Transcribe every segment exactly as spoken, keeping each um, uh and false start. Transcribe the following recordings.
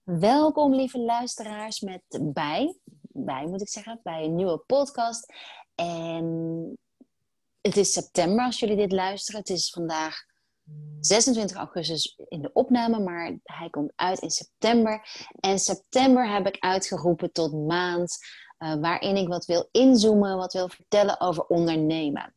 Welkom, lieve luisteraars, met bij, bij moet ik zeggen, bij een nieuwe podcast. En het is september als jullie dit luisteren. Het is vandaag zesentwintig augustus in de opname, maar hij komt uit in september. En september heb ik uitgeroepen tot maand uh, waarin ik wat wil inzoomen, wat wil vertellen over ondernemen.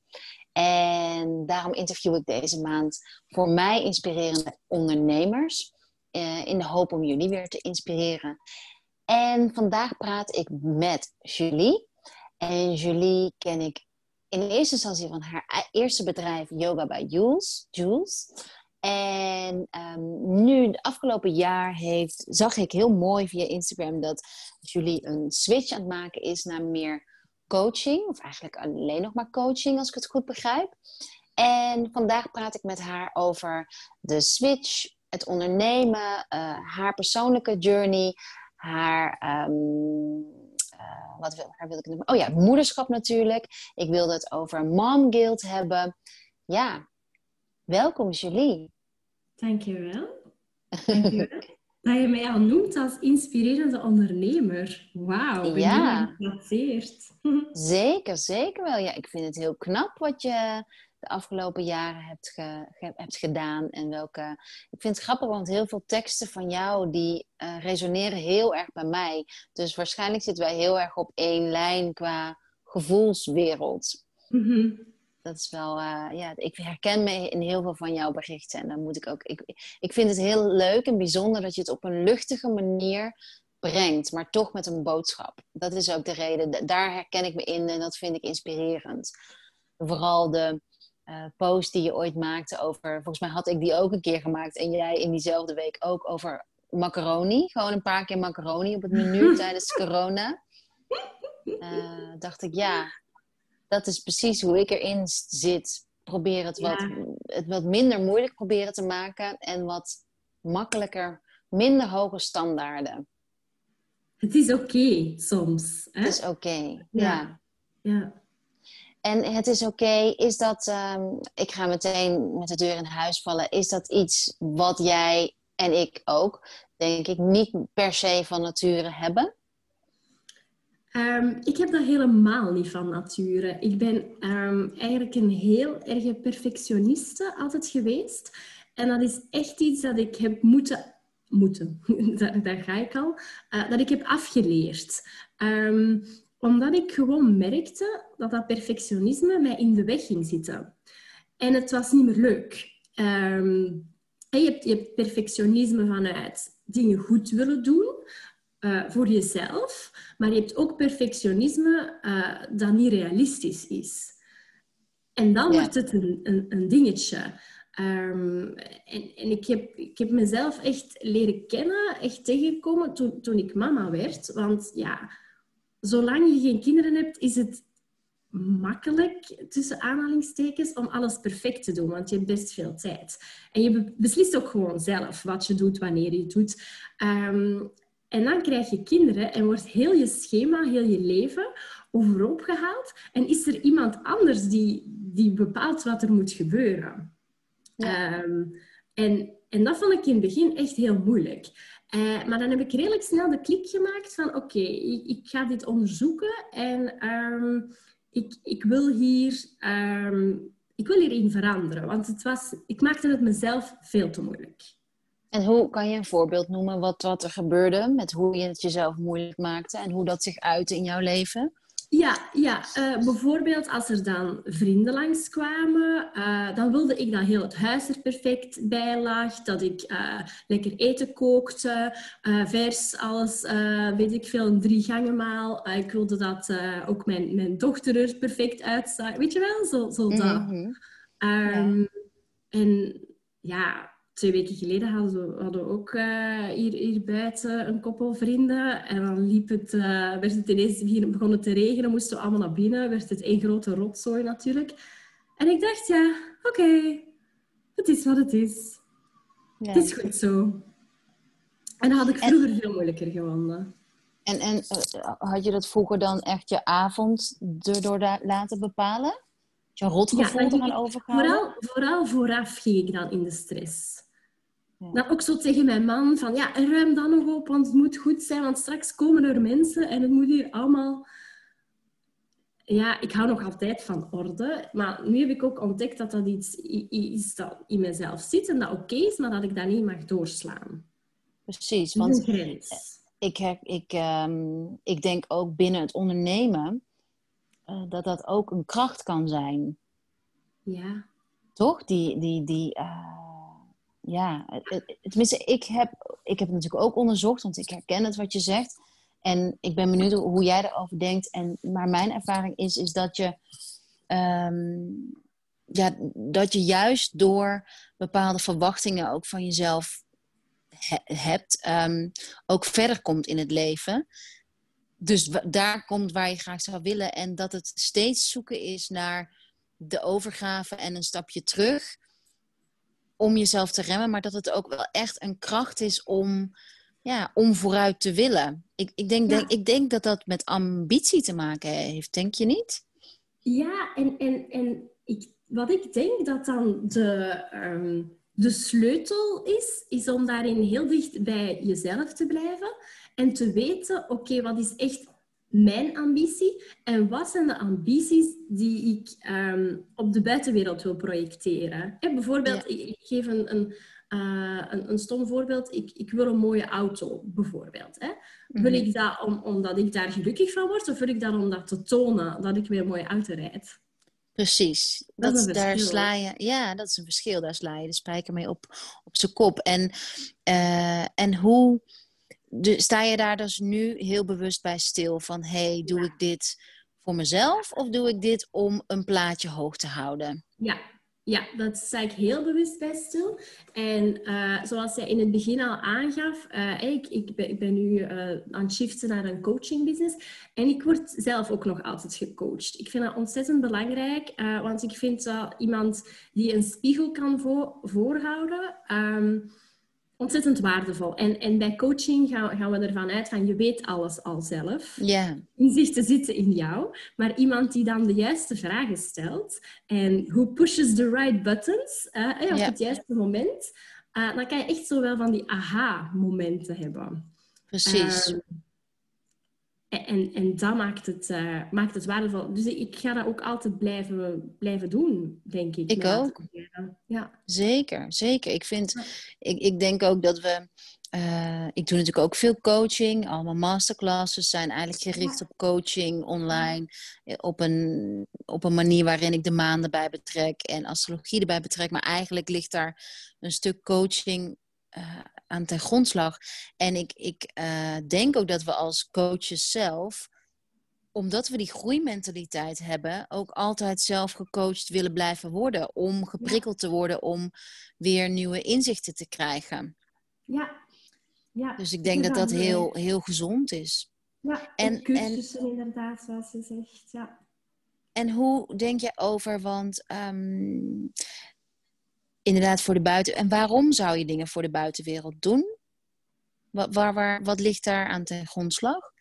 En daarom interview ik deze maand voor mij inspirerende ondernemers. Uh, in de hoop om jullie weer te inspireren. En vandaag praat ik met Julie. En Julie ken ik in eerste instantie van haar eerste bedrijf Yoga by Jules. Jules. En um, nu, het afgelopen jaar, heeft, zag ik heel mooi via Instagram dat Julie een switch aan het maken is naar meer coaching. Of eigenlijk alleen nog maar coaching, als ik het goed begrijp. En vandaag praat ik met haar over de switch, het ondernemen, uh, haar persoonlijke journey, haar, um, uh, wat wil, waar wil ik het noemen? Oh ja, moederschap natuurlijk. Ik wilde het over Mom Guild hebben. Ja, welkom Julie. Dankjewel. Dankjewel. Dat je mij al noemt als inspirerende ondernemer. Wauw, ben Ja. je gepasseerd. Zeker, zeker wel. Ja, ik vind het heel knap wat je de afgelopen jaren hebt, ge, ge, hebt gedaan. En welke... Ik vind het grappig, want heel veel teksten van jou die uh, resoneren heel erg bij mij. Dus waarschijnlijk zitten wij heel erg op één lijn qua gevoelswereld. Mm-hmm. Dat is wel, uh, ja, ik herken me in heel veel van jouw berichten. En dan moet ik ook, ik, ik vind het heel leuk en bijzonder dat je het op een luchtige manier brengt, maar toch met een boodschap. Dat is ook de reden. Daar herken ik me in en dat vind ik inspirerend. Vooral de uh, post die je ooit maakte over, volgens mij had ik die ook een keer gemaakt en jij in diezelfde week ook over macaroni. Gewoon een paar keer macaroni op het menu tijdens corona. Uh, dacht ik, ja, dat is precies hoe ik erin zit. Probeer het wat, ja. het wat minder moeilijk proberen te maken en wat makkelijker, minder hoge standaarden. Het is oké okay, soms. Hè? Het is oké, okay, ja. ja. ja. En het is oké, okay, is dat, um, ik ga meteen met de deur in huis vallen, is dat iets wat jij en ik ook, denk ik, niet per se van nature hebben? Um, ik heb dat helemaal niet van nature. Ik ben um, eigenlijk een heel erge perfectioniste altijd geweest. En dat is echt iets dat ik heb moeten... Moeten, daar, daar ga ik al. Uh, dat ik heb afgeleerd. Um, omdat ik gewoon merkte dat dat perfectionisme mij in de weg ging zitten. En het was niet meer leuk. Um, je, hebt, je hebt perfectionisme vanuit dingen goed willen doen. Uh, voor jezelf. Maar je hebt ook perfectionisme uh, dat niet realistisch is. En dan ja. wordt het een, een, een dingetje. Um, en en ik, heb, ik heb mezelf echt leren kennen, echt tegengekomen toen, toen ik mama werd. Want ja, zolang je geen kinderen hebt, is het makkelijk, tussen aanhalingstekens, om alles perfect te doen. Want je hebt best veel tijd. En je beslist ook gewoon zelf wat je doet, wanneer je het doet. Um, en dan krijg je kinderen en wordt heel je schema, heel je leven overhoop gehaald. En is er iemand anders die, die bepaalt wat er moet gebeuren. Ja. Um, en, en dat vond ik in het begin echt heel moeilijk. Uh, maar dan heb ik redelijk snel de klik gemaakt van... Oké, okay, ik, ik ga dit onderzoeken en um, ik, ik, wil hier, um, ik wil hierin veranderen. Want het was, ik maakte het mezelf veel te moeilijk. En hoe kan je een voorbeeld noemen wat, wat er gebeurde met hoe je het jezelf moeilijk maakte en hoe dat zich uitte in jouw leven? Ja, ja. Uh, bijvoorbeeld als er dan vrienden langskwamen, uh, dan wilde ik dat heel het huis er perfect bij lag, dat ik uh, lekker eten kookte, uh, vers, alles, uh, weet ik veel, een drie gangenmaal. Uh, ik wilde dat uh, ook mijn, mijn dochter er perfect uitzag. Weet je wel, zo, zo dat. Mm-hmm. Um, ja. En ja... Twee weken geleden hadden we, hadden we ook uh, hier, hier buiten een koppel vrienden. En dan liep het, uh, werd het ineens hier begonnen te regenen. Moesten we allemaal naar binnen. Werd het één grote rotzooi natuurlijk. En ik dacht, ja, oké. Okay, het is wat het is. Ja. Het is goed zo. En dat had ik vroeger en, veel moeilijker gevonden. En, en uh, had je dat vroeger dan echt je avond erdoor da- laten bepalen? Je rotgevoel ja, te gaan overgehouden? Vooral, vooral vooraf ging ik dan in de stress. Ja. Dan ook zo tegen mijn man van, ja, ruim dan nog op, want het moet goed zijn, want straks komen er mensen en het moet hier allemaal... Ja, ik hou nog altijd van orde, maar nu heb ik ook ontdekt dat dat iets is dat in mezelf zit en dat oké is, maar dat ik dat niet mag doorslaan. Precies, Dat is want een grens. ik, heb, ik, um, ik denk ook binnen het ondernemen uh, dat dat ook een kracht kan zijn. Ja. Toch? Die, die, die, uh, ja, tenminste, ik heb, ik heb het natuurlijk ook onderzocht, want ik herken het wat je zegt. En ik ben benieuwd hoe jij erover denkt. En, maar mijn ervaring is, is dat je, um, ja, dat je juist door bepaalde verwachtingen ook van jezelf he- hebt, um, ook verder komt in het leven. Dus w- daar komt waar je graag zou willen. En dat het steeds zoeken is naar de overgave en een stapje terug om jezelf te remmen, maar dat het ook wel echt een kracht is om, ja, om vooruit te willen. Ik, ik, denk, Ja. denk, ik denk dat dat met ambitie te maken heeft, denk je niet? Ja, en, en, en ik, wat ik denk dat dan de, um, de sleutel is, is om daarin heel dicht bij jezelf te blijven en te weten, oké, okay, wat is echt mijn ambitie en wat zijn de ambities die ik um, op de buitenwereld wil projecteren. Hè, bijvoorbeeld, ja. ik, ik geef een, een, uh, een, een stom voorbeeld. Ik, ik wil een mooie auto, bijvoorbeeld. Hè. Wil ik dat om, omdat ik daar gelukkig van word, of wil ik dat om dat te tonen dat ik weer een mooie auto rijd? Precies. Dat, dat is een daar verschil. sla je, ja, dat is een verschil. Daar sla je de spijker mee op, op zijn kop. En, uh, en hoe... De, sta je daar dus nu heel bewust bij stil van, hey, doe ja. ik dit voor mezelf of doe ik dit om een plaatje hoog te houden? Ja, ja, dat sta ik heel bewust bij stil. En uh, zoals jij in het begin al aangaf, uh, ik, ik, ben, ik ben nu uh, aan het shiften naar een coachingbusiness. En ik word zelf ook nog altijd gecoacht. Ik vind dat ontzettend belangrijk, uh, want ik vind dat iemand die een spiegel kan vo- voorhouden... Um, ontzettend waardevol. En, en bij coaching gaan, gaan we ervan uit van je weet alles al zelf. Ja. Inzichten zitten in jou. Maar iemand die dan de juiste vragen stelt en who pushes the right buttons uh, eh, op ja. het juiste moment, uh, dan kan je echt zo wel van die aha-momenten hebben. Precies. Uh, en, en, en dat maakt het, uh, maakt het waardevol. Dus ik ga dat ook altijd blijven, blijven doen, denk ik. Ik ook. Ja. Zeker, zeker. Ik vind, ja. ik, ik denk ook dat we... Uh, ik doe natuurlijk ook veel coaching. Allemaal masterclasses zijn eigenlijk gericht ja. op coaching online. Op een, op een manier waarin ik de maan erbij betrek en astrologie erbij betrek. Maar eigenlijk ligt daar een stuk coaching uh, aan ten grondslag. En ik, ik uh, denk ook dat we als coaches zelf, omdat we die groeimentaliteit hebben, ook altijd zelf gecoacht willen blijven worden. Om geprikkeld ja. te worden, om weer nieuwe inzichten te krijgen. Ja. Ja, dus ik denk dat dat heel, heel gezond is. Ja, en cursussen en, inderdaad, zoals je zegt. Ja. En hoe denk je over, want um, inderdaad voor de buiten... En waarom zou je dingen voor de buitenwereld doen? Wat, waar, waar, wat ligt daar aan ten grondslag?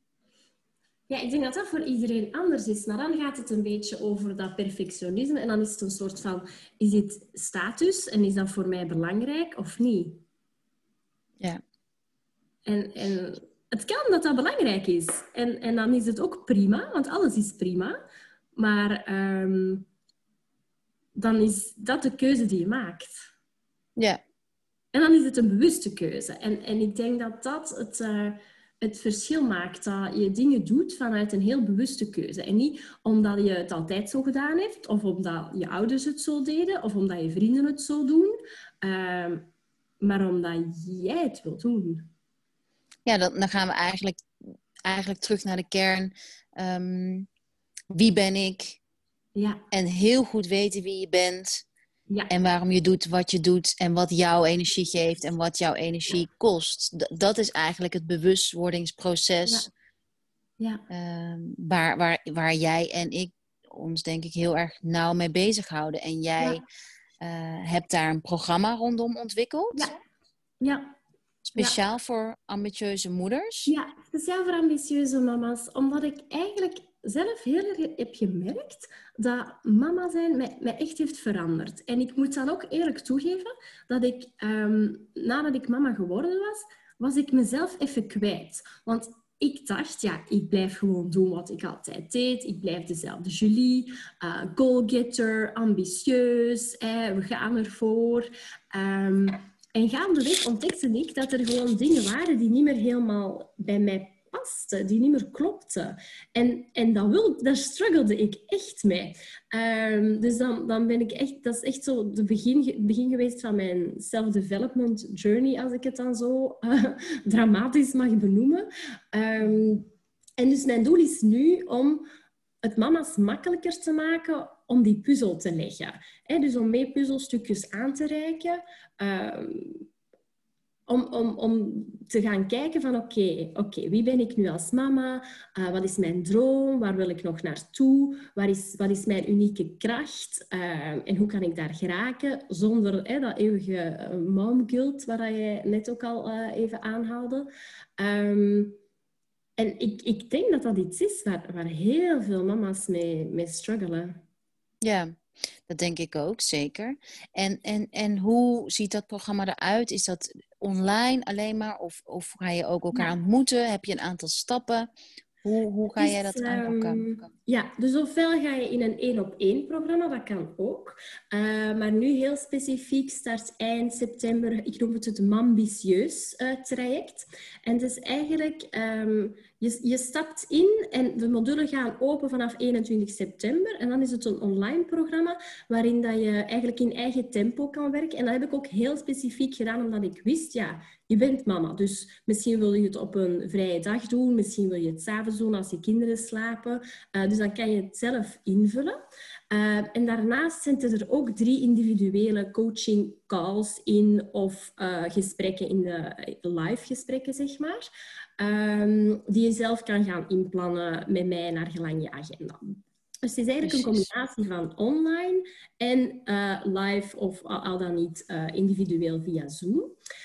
Ja, ik denk dat dat voor iedereen anders is. Maar dan gaat het een beetje over dat perfectionisme. En dan is het een soort van, is dit status? En is dat voor mij belangrijk of niet? Ja. En, en het kan dat dat belangrijk is. En, en dan is het ook prima, want alles is prima. Maar um, dan is dat de keuze die je maakt. Ja. En dan is het een bewuste keuze. En, en ik denk dat dat het, uh, het verschil maakt. Dat je dingen doet vanuit een heel bewuste keuze. En niet omdat je het altijd zo gedaan hebt, of omdat je ouders het zo deden, of omdat je vrienden het zo doen. Uh, maar omdat jij het wilt doen. Ja, dan, dan gaan we eigenlijk, eigenlijk terug naar de kern. Um, wie ben ik? Ja. En heel goed weten wie je bent. Ja. En waarom je doet wat je doet. En wat jouw energie geeft. En wat jouw energie kost. D- dat is eigenlijk het bewustwordingsproces. Ja. Ja. Um, waar, waar, waar jij en ik ons denk ik heel erg nauw mee bezighouden. En jij ja. uh, hebt daar een programma rondom ontwikkeld. Ja. Ja. Speciaal ja. voor ambitieuze moeders? Ja, speciaal voor ambitieuze mama's. Omdat ik eigenlijk zelf heel erg heb gemerkt dat mama zijn mij, mij echt heeft veranderd. En ik moet dan ook eerlijk toegeven dat ik, um, nadat ik mama geworden was, was ik mezelf even kwijt. Want ik dacht, ja, ik blijf gewoon doen wat ik altijd deed. Ik blijf dezelfde Julie, uh, goalgetter, ambitieus, eh, we gaan ervoor. Um, en gaandeweg ontdekte ik dat er gewoon dingen waren die niet meer helemaal bij mij paste, die niet meer klopte. En, en dat wil, daar struggelde ik echt mee. Um, dus dan, dan ben ik echt... Dat is echt zo het begin, begin geweest van mijn self-development journey, als ik het dan zo uh, dramatisch mag benoemen. Um, en dus mijn doel is nu om het mama's makkelijker te maken om die puzzel te leggen. He, dus om mee puzzelstukjes aan te reiken... Um, Om, om, om te gaan kijken van oké, okay, okay, wie ben ik nu als mama? Uh, wat is mijn droom? Waar wil ik nog naartoe? Wat is, wat is mijn unieke kracht? Uh, en hoe kan ik daar geraken zonder eh, dat eeuwige uh, mom guilt, waar jij net ook al uh, even aanhaalde. Um, en ik, ik denk dat dat iets is waar, waar heel veel mama's mee, mee struggelen. Ja, dat denk ik ook, zeker. En, en, en hoe ziet dat programma eruit? Is dat online alleen maar? Of, of ga je ook elkaar Ja. ontmoeten? Heb je een aantal stappen? Hoe, hoe ga Dus, jij dat um, aanpakken? Ja, dus ofwel ga je in een één-op-één programma, dat kan ook. Uh, maar nu heel specifiek start eind september, ik noem het het Mambitieus uh, traject. En dus eigenlijk, um, je, je stapt in en de modulen gaan open vanaf eenentwintig september. En dan is het een online programma waarin dat je eigenlijk in eigen tempo kan werken. En dat heb ik ook heel specifiek gedaan, omdat ik wist, ja, je bent mama. Dus misschien wil je het op een vrije dag doen, misschien wil je het 's avonds doen als je kinderen slapen. Uh, dus dan kan je het zelf invullen. Uh, en daarnaast zitten er ook drie individuele coaching calls in of uh, gesprekken in de live gesprekken, zeg maar. Um, die je zelf kan gaan inplannen met mij naar gelang je agenda. Dus het is eigenlijk Precies. een combinatie van online en uh, live of al, al dan niet uh, individueel via Zoom.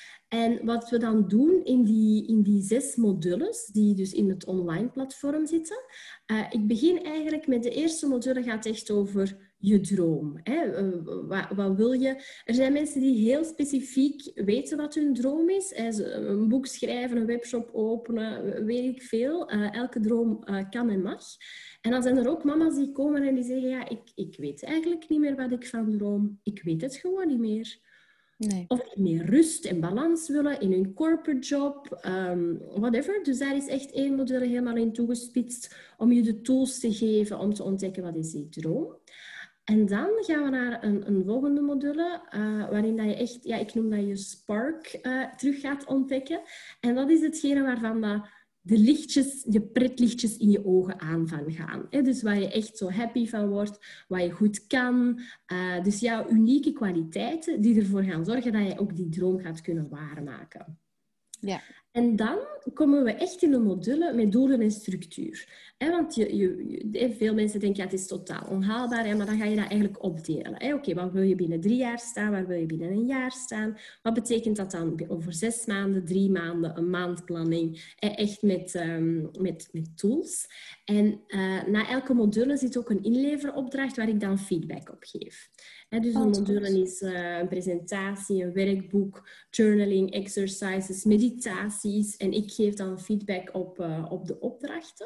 En wat we dan doen in die, in die zes modules, die dus in het online platform zitten. Uh, ik begin eigenlijk met de eerste module, gaat echt over je droom. Hè? Uh, wat, wat wil je? Er zijn mensen die heel specifiek weten wat hun droom is. Hè? Een boek schrijven, een webshop openen, weet ik veel. Uh, elke droom uh, kan en mag. En dan zijn er ook mama's die komen en die zeggen, ja, ik, ik weet eigenlijk niet meer wat ik van droom. Ik weet het gewoon niet meer. Nee. Of die meer rust en balans willen in hun corporate job, um, whatever. Dus daar is echt één module helemaal in toegespitst om je de tools te geven om te ontdekken wat is die droom. En dan gaan we naar een, een volgende module, uh, waarin dat je echt, ja, ik noem dat je spark uh, terug gaat ontdekken. En dat is hetgene waarvan dat de lichtjes, de pretlichtjes in je ogen aan van gaan. Hè? Dus waar je echt zo happy van wordt, wat je goed kan. Uh, dus jouw unieke kwaliteiten die ervoor gaan zorgen dat je ook die droom gaat kunnen waarmaken. Ja. En dan komen we echt in een module met doelen en structuur. He, want je, je, je, veel mensen denken, ja, het is totaal onhaalbaar, hè, maar dan ga je dat eigenlijk opdelen. Oké, okay, wat wil je binnen drie jaar staan? Waar wil je binnen een jaar staan? Wat betekent dat dan over zes maanden, drie maanden, een maandplanning? Echt met, um, met, met tools. En uh, na elke module zit ook een inleveropdracht waar ik dan feedback op geef. He, dus een module is uh, een presentatie, een werkboek, journaling, exercises, meditaties. En ik geef dan feedback op, uh, op de opdrachten.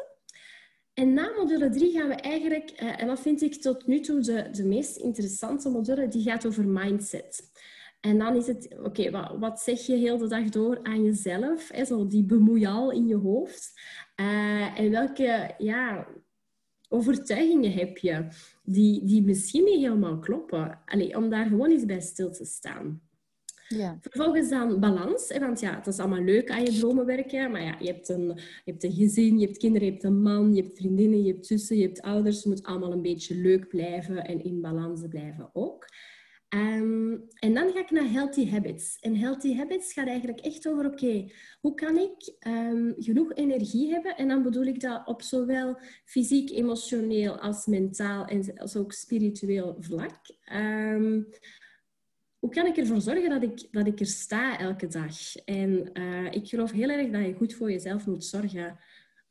En na module drie gaan we eigenlijk, uh, en dat vind ik tot nu toe de, de meest interessante module, die gaat over mindset. En dan is het, oké, okay, wat, wat zeg je heel de dag door aan jezelf? Hè, zo die bemoeial in je hoofd. Uh, en welke, ja... overtuigingen heb je die, die misschien niet helemaal kloppen. Allee, om daar gewoon eens bij stil te staan. Ja. Vervolgens dan balans. Want ja, het is allemaal leuk aan je dromen werken. Maar ja, je hebt, een, je hebt een gezin, je hebt kinderen, je hebt een man, je hebt vriendinnen, je hebt zussen, je hebt ouders. Het moet allemaal een beetje leuk blijven en in balans blijven ook. Um, en dan ga ik naar Healthy Habits. En Healthy Habits gaat eigenlijk echt over, oké, okay, hoe kan ik um, genoeg energie hebben? En dan bedoel ik dat op zowel fysiek, emotioneel als mentaal en als ook spiritueel vlak. Um, hoe kan ik ervoor zorgen dat ik, dat ik er sta elke dag? En uh, ik geloof heel erg dat je goed voor jezelf moet zorgen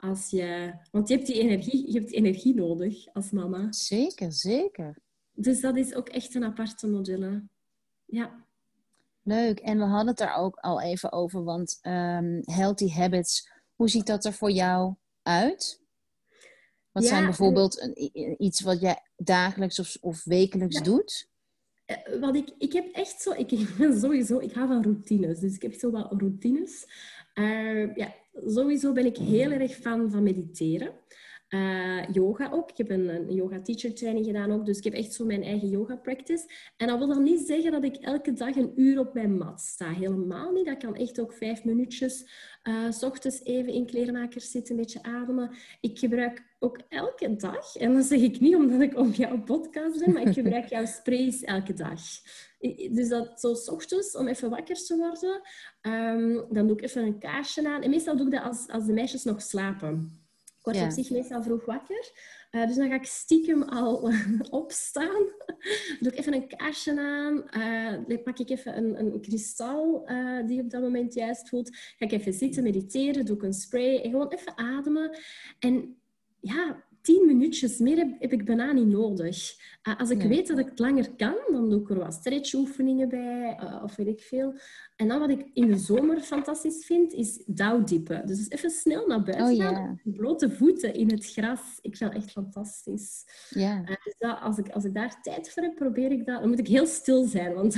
Als je, want je hebt die energie, je hebt energie nodig als mama. Zeker, zeker. Dus dat is ook echt een aparte module. Ja. Leuk. En we hadden het daar ook al even over, want um, healthy habits, hoe ziet dat er voor jou uit? Wat ja, zijn bijvoorbeeld een, iets wat jij dagelijks of, of wekelijks ja. doet? Wat ik, ik heb echt zo... Ik, ik ben sowieso... Ik hou van routines. Dus ik heb zo wat routines. Uh, ja, sowieso ben ik heel erg fan van mediteren. Uh, yoga ook. Ik heb een, een yoga teacher training gedaan ook. Dus ik heb echt zo mijn eigen yoga practice. En dat wil dan niet zeggen dat ik elke dag een uur op mijn mat sta. Helemaal niet. Dat kan echt ook vijf minuutjes. Uh, 's ochtends even in kleermakers zitten, een beetje ademen. Ik gebruik ook elke dag, en dat zeg ik niet omdat ik op jouw podcast ben, maar ik gebruik jouw sprays elke dag. Dus dat zo 's ochtends, om even wakker te worden, um, dan doe ik even een kaarsje aan. En meestal doe ik dat als, als de meisjes nog slapen. Ik word ja. op zich meestal vroeg wakker. Uh, dus dan ga ik stiekem al opstaan. Doe ik even een kaarsje aan. Uh, dan pak ik even een, een kristal uh, die op dat moment juist voelt. Ga ik even zitten, mediteren. Doe ik een spray. En gewoon even ademen. En ja, tien minuutjes meer heb, heb ik bijna niet nodig. Uh, als ik nee. weet dat ik het langer kan, dan doe ik er wat stretchoefeningen bij. Uh, of weet ik veel. En dan wat ik in de zomer fantastisch vind, is dauwdiepen. Dus even snel naar buiten oh, gaan. yeah. Blote voeten in het gras. Ik vind dat echt fantastisch. Yeah. Uh, dus dat, als, ik, als ik daar tijd voor heb, probeer ik dat. Dan moet ik heel stil zijn, want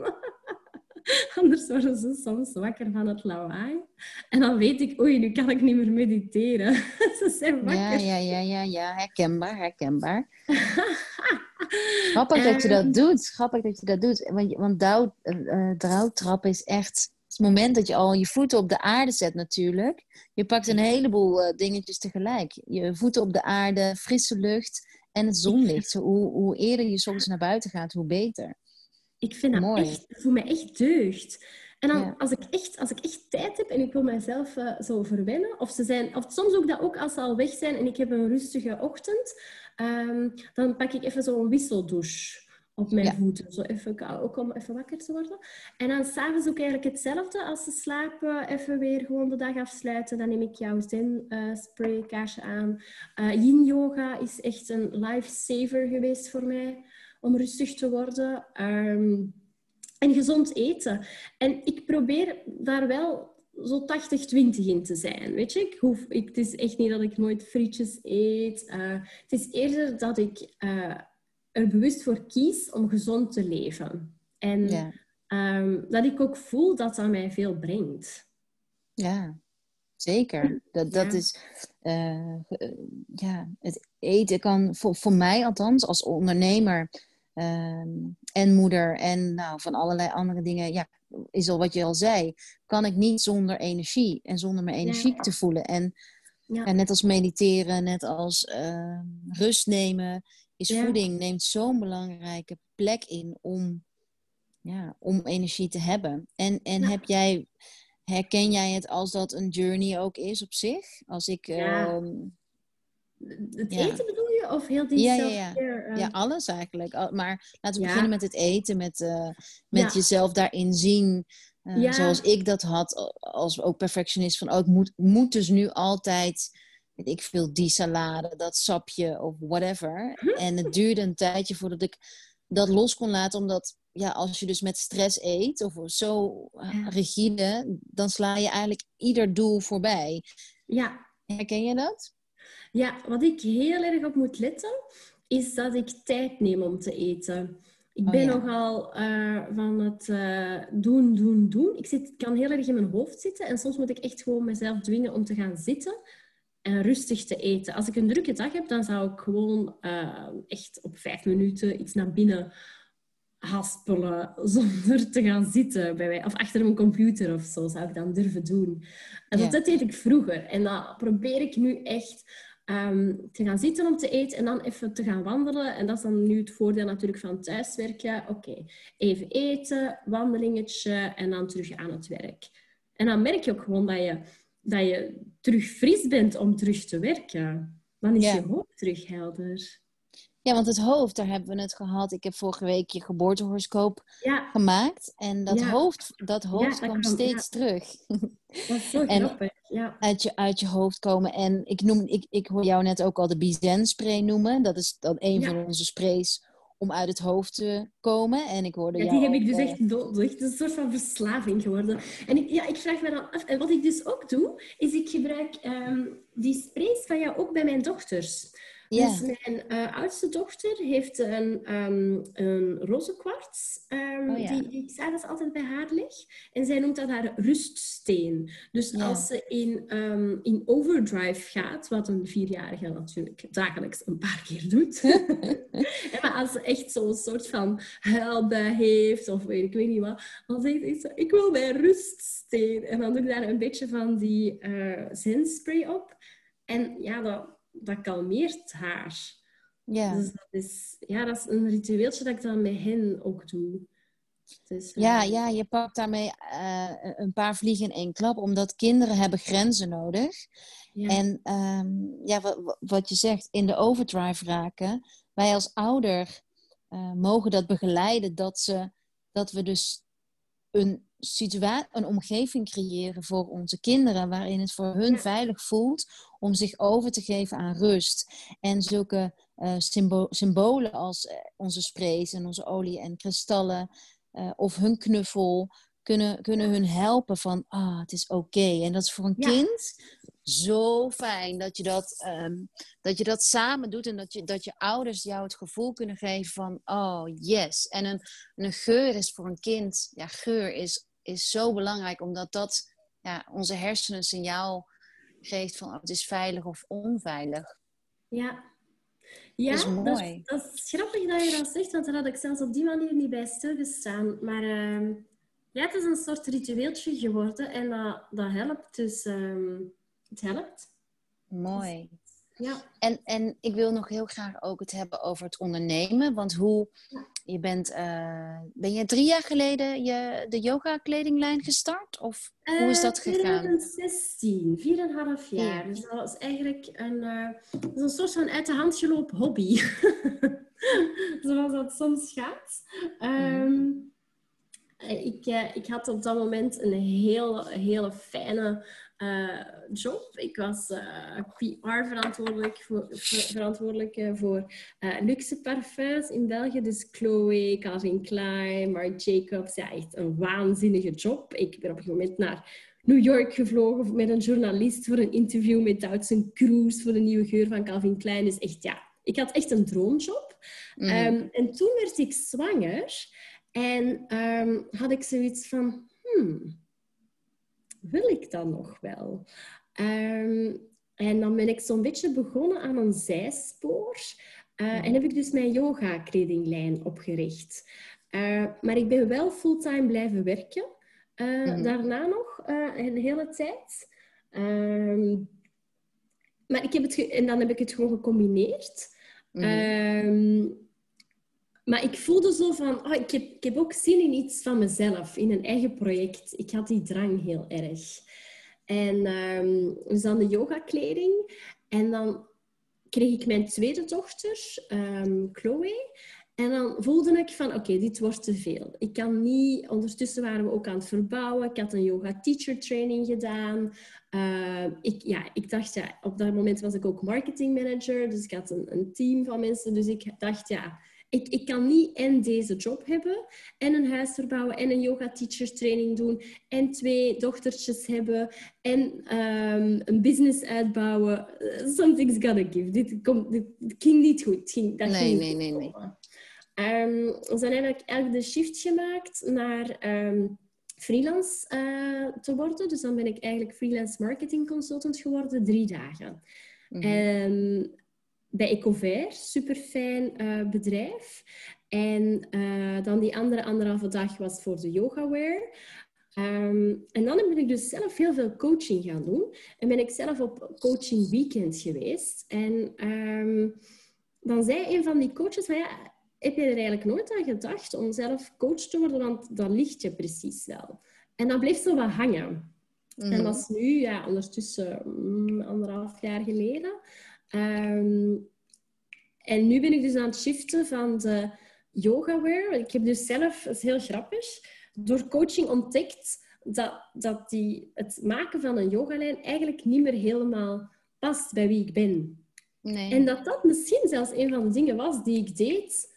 anders worden ze soms wakker van het lawaai. En dan weet ik, oei, nu kan ik niet meer mediteren. Ze zijn wakker. Ja, ja, ja, ja, ja. Herkenbaar, herkenbaar. Grappig dat je dat doet. Grappig dat je dat doet. Want, want dauw, uh, dauwtrappen is echt het moment dat je al je voeten op de aarde zet natuurlijk. Je pakt een heleboel uh, dingetjes tegelijk. Je voeten op de aarde, frisse lucht en het zonlicht. Zo, hoe, hoe eerder je soms naar buiten gaat, hoe beter. Ik vind dat Mooi. echt, voor mij echt deugd. En dan, ja. als, ik echt, als ik echt tijd heb en ik wil mezelf uh, zo verwennen, of, ze zijn, of soms ook dat ook als ze al weg zijn en ik heb een rustige ochtend, um, dan pak ik even zo'n wisseldouche op mijn ja. voeten. Zo even, ook om even wakker te worden. En dan s'avonds ook eigenlijk hetzelfde. Als ze slapen, even weer gewoon de dag afsluiten. Dan neem ik jouw zen uh, spray, kaarsje aan. Uh, yin yoga is echt een lifesaver geweest voor mij. Om rustig te worden. Um, en gezond eten. En ik probeer daar wel zo tachtig twintig in te zijn. Weet je? Ik hoef, ik, het is echt niet dat ik nooit frietjes eet. Uh, het is eerder dat ik uh, er bewust voor kies om gezond te leven. En ja. um, dat ik ook voel dat dat mij veel brengt. Ja, zeker. Dat, dat ja. is... Uh, ja, het eten kan voor, voor mij althans als ondernemer... Um, en moeder en nou, van allerlei andere dingen, ja, is al wat je al zei, kan ik niet zonder energie en zonder me energiek ja. te voelen. En, ja. en net als mediteren, net als uh, rust nemen, is ja. voeding neemt zo'n belangrijke plek in om, ja, om energie te hebben. En, en ja. heb jij, herken jij het als dat een journey ook is op zich? Als ik... Ja. Um, Het ja. eten bedoel je? Of heel die ja, self-care? Ja, ja. Uh... ja, alles eigenlijk. Maar laten we ja. beginnen met het eten. Met, uh, met ja. jezelf daarin zien. Uh, ja. Zoals ik dat had. Als ook perfectionist. Van, oh, ik moet, moet dus nu altijd... Weet ik veel, die salade, dat sapje of whatever. En het duurde een tijdje voordat ik dat los kon laten. Omdat ja, als je dus met stress eet. Of zo ja. rigide. Dan sla je eigenlijk ieder doel voorbij. Ja. Herken je dat? Ja, wat ik heel erg op moet letten, is dat ik tijd neem om te eten. Ik ben oh, ja. nogal uh, van het uh, doen, doen, doen. Ik zit, kan heel erg in mijn hoofd zitten en soms moet ik echt gewoon mezelf dwingen om te gaan zitten en rustig te eten. Als ik een drukke dag heb, dan zou ik gewoon uh, echt op vijf minuten iets naar binnen haspelen zonder te gaan zitten. Bij mij. Of achter mijn computer of zo zou ik dan durven doen. En ja. dat deed ik vroeger. En dat probeer ik nu echt... Um, te gaan zitten om te eten en dan even te gaan wandelen. En dat is dan nu het voordeel natuurlijk van thuiswerken. Oké, okay. even eten, wandelingetje en dan terug aan het werk. En dan merk je ook gewoon dat je, dat je terug fris bent om terug te werken. Dan is ja. je hoofd terug helder. Ja, want het hoofd, daar hebben we het gehad. Ik heb vorige week je geboortehoroscoop Ja, gemaakt. En dat ja, hoofd, dat ja, hoofd dat kwam kan. Ja, steeds terug. dat is zo En grappig. Ja, uit je, uit je hoofd komen. En ik, noem, ik, ik hoor jou net ook al de Bizen spray noemen. Dat is dan een ja. van onze sprays om uit het hoofd te komen. En ik hoorde Ja, die jou heb ik ook... dus Uh, echt dood. Het is een soort van verslaving geworden. En ik, ja, ik vraag me dan af... En wat ik dus ook doe, is ik gebruik ehm, die sprays van jou ook bij mijn dochters. Dus ja, mijn eh, oudste dochter heeft een, ehm een roze kwarts, oh ehm, ja, die, die ik s'avonds altijd bij haar leg. En zij noemt dat haar ruststeen. Dus als ja. ze in, ehm, in overdrive gaat, wat een vierjarige natuurlijk dagelijks een paar keer doet... Ja, maar als ze echt zo'n soort van huilbui heeft, of weet ik weet niet wat, dan zegt ze zo, ik wil mijn ruststeen. En dan doe ik daar een beetje van die uh, zenspray op. En ja, dat, dat kalmeert haar. Ja. Dus dat is, ja, dat is een ritueeltje dat ik dan met hen ook doe. Dus, Ja, uh, ja, je pakt daarmee uh, een paar vliegen in één klap, omdat kinderen hebben grenzen nodig. ja. En um, ja, wat, wat je zegt, in de overdrive raken. Wij als ouder uh, mogen dat begeleiden, dat, ze, dat we dus een situatie, een omgeving creëren voor onze kinderen, waarin het voor hun Ja. veilig voelt om zich over te geven aan rust. En zulke uh, symbo- symbolen als uh, onze sprays en onze olie en kristallen, uh, of hun knuffel, kunnen, kunnen hun helpen van, ah, het is oké. Okay. En dat is voor een Ja. kind zo fijn dat je dat, um, dat je dat samen doet en dat je, dat je ouders jou het gevoel kunnen geven van, oh yes. En een, een geur is voor een kind, ja, geur is, is zo belangrijk, omdat dat ja, onze hersenen een signaal geeft van, oh, het is veilig of onveilig. Ja. Dat is Ja, dat is, mooi. dat is grappig dat je dat zegt, want daar had ik zelfs op die manier niet bij stilgestaan. Maar uh, ja, het is een soort ritueeltje geworden en dat, dat helpt. Dus um, het helpt. Mooi. Dus, ja. En, en ik wil nog heel graag ook het hebben over het ondernemen. Want hoe, je bent, uh, ben je drie jaar geleden je, de yoga kledinglijn gestart? Of uh, hoe is dat gegaan? twintig zestien, vier en een half jaar. Dus dat was eigenlijk een, uh, dat is een soort van uit de hand gelopen hobby. Zoals dat soms gaat. Um, mm. Ik, uh, ik had op dat moment een heel, hele fijne uh, job. Ik was uh, P R-verantwoordelijk voor, verantwoordelijk, uh, voor uh, luxe parfums in België. Dus Chloé, Calvin Klein, Marc Jacobs. Ja, echt een waanzinnige job. Ik ben op een moment naar New York gevlogen met een journalist voor een interview met Doutzen Kroes voor de nieuwe geur van Calvin Klein. Dus echt, ja, ik had echt een droomjob. Mm-hmm. Um, en toen werd ik zwanger. En um, had ik zoiets van, hmm, wil ik dat nog wel? Um, en dan ben ik zo'n beetje begonnen aan een zijspoor. Uh, mm. En heb ik dus mijn yoga-kledinglijn opgericht. Uh, maar ik ben wel fulltime blijven werken. Uh, mm. Daarna nog uh, een hele tijd. Um, maar ik heb het ge- en dan heb ik het gewoon gecombineerd. Mm. Um, Maar ik voelde zo van, oh, ik, heb, ik heb ook zin in iets van mezelf, in een eigen project. Ik had die drang heel erg. En um, dus dan de yoga-kleding. En dan kreeg ik mijn tweede dochter, um, Chloe. En dan voelde ik van, oké, okay, dit wordt te veel. Ik kan niet... Ondertussen waren we ook aan het verbouwen. Ik had een yoga-teacher-training gedaan. Uh, ik, ja, ik dacht, ja, op dat moment was ik ook marketingmanager. Dus ik had een, een team van mensen. Dus ik dacht, ja... Ik, ik kan niet en deze job hebben, en een huis verbouwen, en een yoga-teacher training doen, en twee dochtertjes hebben, en um, een business uitbouwen. Something's gotta give. Dit, komt, dit ging niet goed. Het ging, dat nee, ging nee, nee, nee. Um, dus dan heb ik eigenlijk de shift gemaakt naar um, freelance uh, te worden. Dus dan ben ik eigenlijk freelance marketing consultant geworden, drie dagen. Mm-hmm. En bij Ecovair, super fijn uh, bedrijf. En uh, dan die andere anderhalve dag was voor de YogaWare. Um, en dan ben ik dus zelf heel veel coaching gaan doen. En ben ik zelf op coaching weekend geweest. En um, dan zei een van die coaches van ja, heb je er eigenlijk nooit aan gedacht om zelf coach te worden? Want dat ligt je precies wel. En dat bleef zo wat hangen. Mm-hmm. En dat is nu, ja, ondertussen mm, anderhalf jaar geleden. Um, en nu ben ik dus aan het shiften van de yoga-wear. Ik heb dus zelf, dat is heel grappig, door coaching ontdekt dat, dat die, het maken van een yogalijn eigenlijk niet meer helemaal past bij wie ik ben. Nee. En dat dat misschien zelfs een van de dingen was die ik deed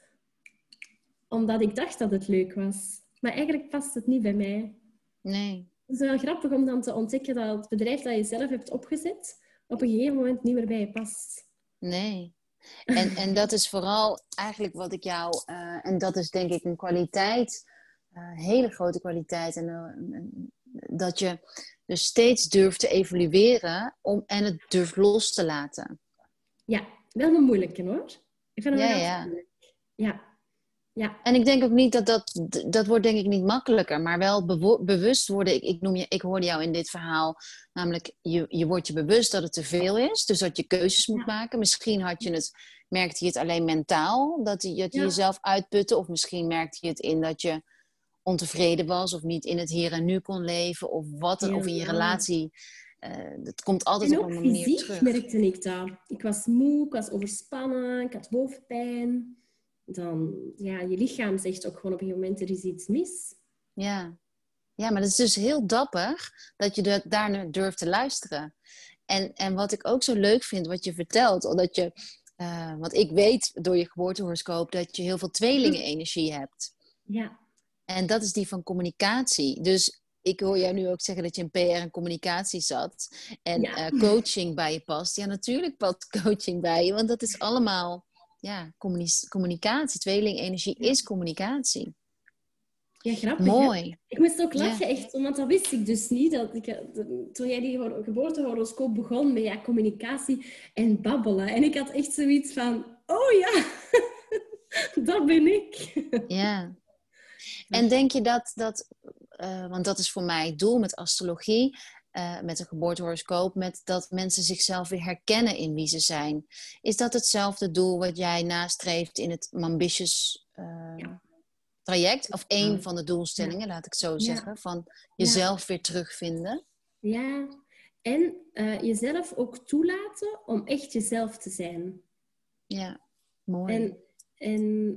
omdat ik dacht dat het leuk was. Maar eigenlijk past het niet bij mij. Nee. Het is wel grappig om dan te ontdekken dat het bedrijf dat je zelf hebt opgezet op een gegeven moment niet meer bij je past. Nee. En, en dat is vooral eigenlijk wat ik jou... Uh, en dat is denk ik een kwaliteit, een uh, hele grote kwaliteit. En uh, dat je dus steeds durft te evalueren om, en het durft los te laten. Ja, wel een moeilijke hoor. Ik vind het ja, wel ja. moeilijk. Ja. Ja. En ik denk ook niet dat dat... Dat wordt denk ik niet makkelijker. Maar wel bewo- bewust worden. Ik, ik, noem je, ik hoorde jou in dit verhaal. Namelijk, je, je wordt je bewust dat het te veel is. Dus dat je keuzes moet Ja. maken. Misschien had je het... Merkte je het alleen mentaal? Dat je, dat je Ja. jezelf uitputte? Of misschien merkte je het in dat je ontevreden was. Of niet in het hier en nu kon leven. Of, wat, Ja. of in je relatie. Uh, dat komt altijd en op ook een manier fysiek terug. merkte ik dat. Ik was moe, ik was overspannen, ik had hoofdpijn. Dan, ja, je lichaam zegt ook gewoon op een gegeven moment, er is iets mis. Ja. Ja, maar dat is dus heel dapper dat je de, daar durft te luisteren. En, en wat ik ook zo leuk vind, wat je vertelt, omdat je, uh, want ik weet door je geboortehoroscoop dat je heel veel tweelingenenergie hebt. Ja. En dat is die van communicatie. Dus ik hoor jou nu ook zeggen dat je in P R en communicatie zat. En Ja. uh, coaching bij je past. Ja, natuurlijk past coaching bij je, want dat is allemaal ja, communi- communicatie. Tweelingenergie Ja. is communicatie. Ja, grappig. Mooi. Hè? Ik moest ook lachen, Ja. echt, want dat wist ik dus niet. Dat ik, toen jij die geboortehoroscoop begon met ja, communicatie en babbelen. En ik had echt zoiets van, oh ja, dat ben ik. Ja. En denk je dat, dat uh, want dat is voor mij het doel met astrologie, uh, met een geboortehoroscoop, met dat mensen zichzelf weer herkennen in wie ze zijn. Is dat hetzelfde doel wat jij nastreeft in het Mambitious uh, ja. traject? Of één ja. van de doelstellingen, ja. laat ik zo zeggen, ja. van jezelf ja. weer terugvinden? Ja, en uh, jezelf ook toelaten om echt jezelf te zijn. Ja, mooi. En, en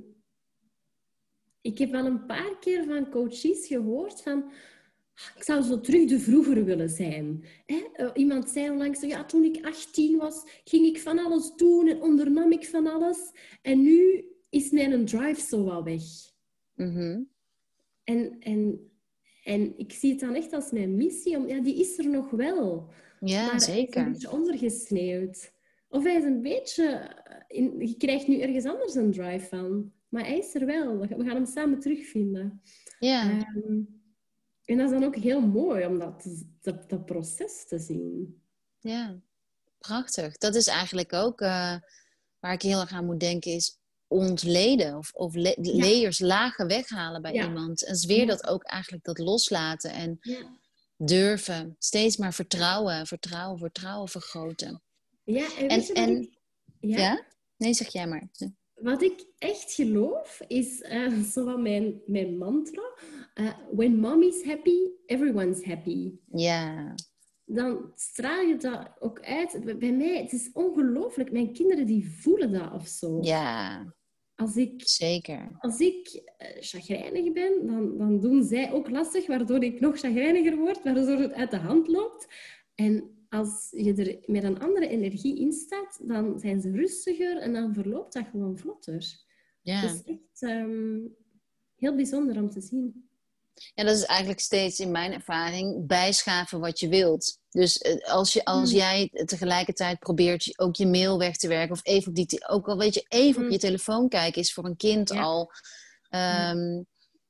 ik heb wel een paar keer van coaches gehoord van... Ik zou zo terug de vroeger willen zijn. Hè? Uh, iemand zei onlangs, ja, toen ik achttien was, ging ik van alles doen en ondernam ik van alles. En nu is mijn drive zo wel weg. Mm-hmm. En, en, en ik zie het dan echt als mijn missie. Om, ja, die is er nog wel. Ja, maar zeker. hij is een beetje ondergesneeuwd. Of hij is een beetje... In, je krijgt nu ergens anders een drive van. Maar hij is er wel. We gaan hem samen terugvinden. Ja. Um, en dat is dan ook heel mooi om dat, dat, dat proces te zien. Ja, prachtig. Dat is eigenlijk ook uh, waar ik heel erg aan moet denken is ontleden. Of, of le- Ja. layers, lagen weghalen bij Ja. iemand. En weer Ja. dat ook eigenlijk dat loslaten en Ja. durven. Steeds maar vertrouwen, vertrouwen, vertrouwen vergroten. Ja, en, en, weet je en wat ik... ja? ja? Nee, zeg jij maar. Wat ik echt geloof, is uh, zo van mijn, mijn mantra. Uh, when mommy's happy, everyone's happy. Ja. Dan straal je dat ook uit. Bij mij, het is ongelooflijk. Mijn kinderen die voelen dat of zo. Ja, als ik, zeker. Als ik uh, chagrijnig ben, dan, dan doen zij ook lastig, waardoor ik nog chagrijniger word, waardoor het uit de hand loopt. En als je er met een andere energie in staat, dan zijn ze rustiger en dan verloopt dat gewoon vlotter. Ja. Het is echt um, heel bijzonder om te zien. Ja, dat is eigenlijk steeds in mijn ervaring bijschaven wat je wilt. Dus als, je, als mm. jij tegelijkertijd probeert ook je mail weg te werken... of even op die te- ook al weet je, even mm. op je telefoon kijken... is voor een kind ja. al... Um,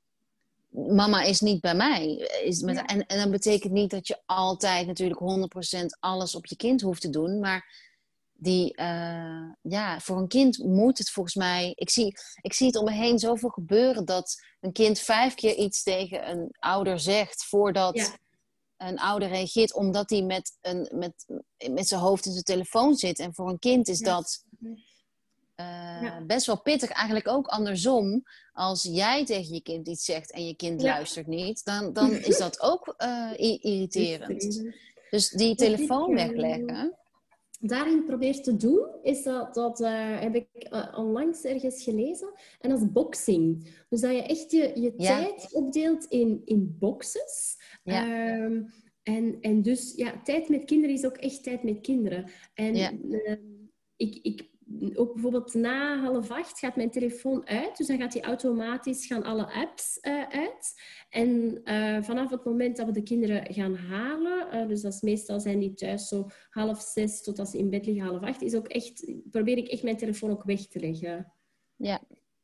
mama is niet bij mij. Is met, ja. en, en dat betekent niet dat je altijd natuurlijk honderd procent alles op je kind hoeft te doen. Maar die, uh, ja, voor een kind moet het volgens mij... Ik zie, ik zie het om me heen zoveel gebeuren dat een kind vijf keer iets tegen een ouder zegt voordat ja. een ouder reageert. Omdat hij met, een, met, met zijn hoofd in zijn telefoon zit. En voor een kind is ja. dat... Uh, ja. best wel pittig. Eigenlijk ook andersom. Als jij tegen je kind iets zegt en je kind ja. luistert niet, dan, dan is dat ook uh, irriterend. Dus die telefoon wegleggen. daarin probeer te doen, is dat, dat uh, heb ik uh, onlangs ergens gelezen, en dat is boxing. Dus dat je echt je, je Ja. tijd opdeelt in, in boxes. Ja. Um, en, en dus, ja, tijd met kinderen is ook echt tijd met kinderen. En Ja. uh, ik... ik ook bijvoorbeeld na half acht gaat mijn telefoon uit. Dus dan gaat die automatisch, gaan alle apps uh, uit. En uh, vanaf het moment dat we de kinderen gaan halen, uh, dus dat is meestal zijn die thuis zo half zes tot als ze in bed liggen half acht, is ook echt, probeer ik echt mijn telefoon ook weg te leggen. Ja.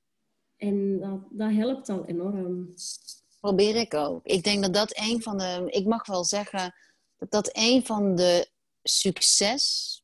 En dat, dat helpt al enorm. Probeer ik ook. Ik denk dat dat een van de... Ik mag wel zeggen dat dat een van de succes...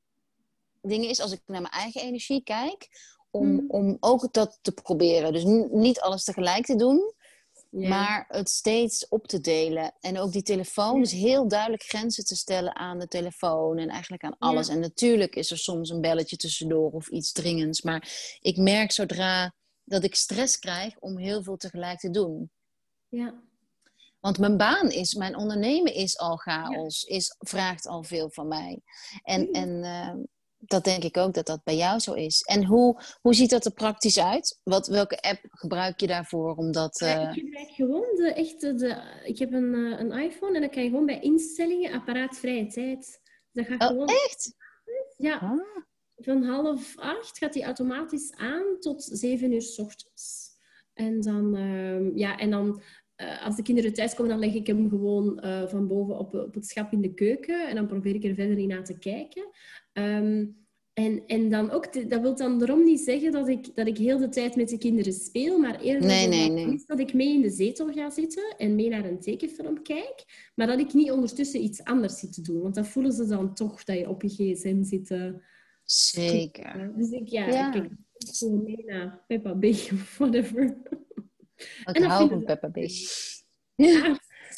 dingen is, als ik naar mijn eigen energie kijk, om, mm. om ook dat te proberen. Dus n- niet alles tegelijk te doen, yeah. maar het steeds op te delen. En ook die telefoon, yeah. dus heel duidelijk grenzen te stellen aan de telefoon en eigenlijk aan alles. Yeah. En natuurlijk is er soms een belletje tussendoor of iets dringends, maar ik merk zodra dat ik stress krijg om heel veel tegelijk te doen. Ja. Yeah. Want mijn baan is, mijn ondernemen is al chaos, yeah. is, vraagt al veel van mij. En, mm. en uh, dat denk ik ook dat dat bij jou zo is. En hoe, hoe ziet dat er praktisch uit? Wat, welke app gebruik je daarvoor? Omdat, uh... uh, ik gebruik gewoon de echte... De, ik heb een, uh, een iPhone en dan kan je gewoon bij instellingen apparaatvrije tijd. Dat gaat oh, gewoon... echt? Ja. Ah. Van half acht gaat die automatisch aan tot zeven uur 's ochtends. En dan... Uh, ja, en dan... Uh, als de kinderen thuiskomen, dan leg ik hem gewoon uh, van boven op, op het schap in de keuken. En dan probeer ik er verder niet naar te kijken. Um, en, en dan ook, te, dat wil dan daarom niet zeggen dat ik, dat ik heel de tijd met de kinderen speel. Maar eerder nee, nee, nee. dat ik mee in de zetel ga zitten en mee naar een tekenfilm kijk. Maar dat ik niet ondertussen iets anders zit te doen. Want dat voelen ze dan toch, dat je op je gsm zit. Uh, Zeker. Dus ik, ja, ja. ik kijk gewoon mee naar Peppa Pig of whatever. Ik hou van Peppa Pig. Ja.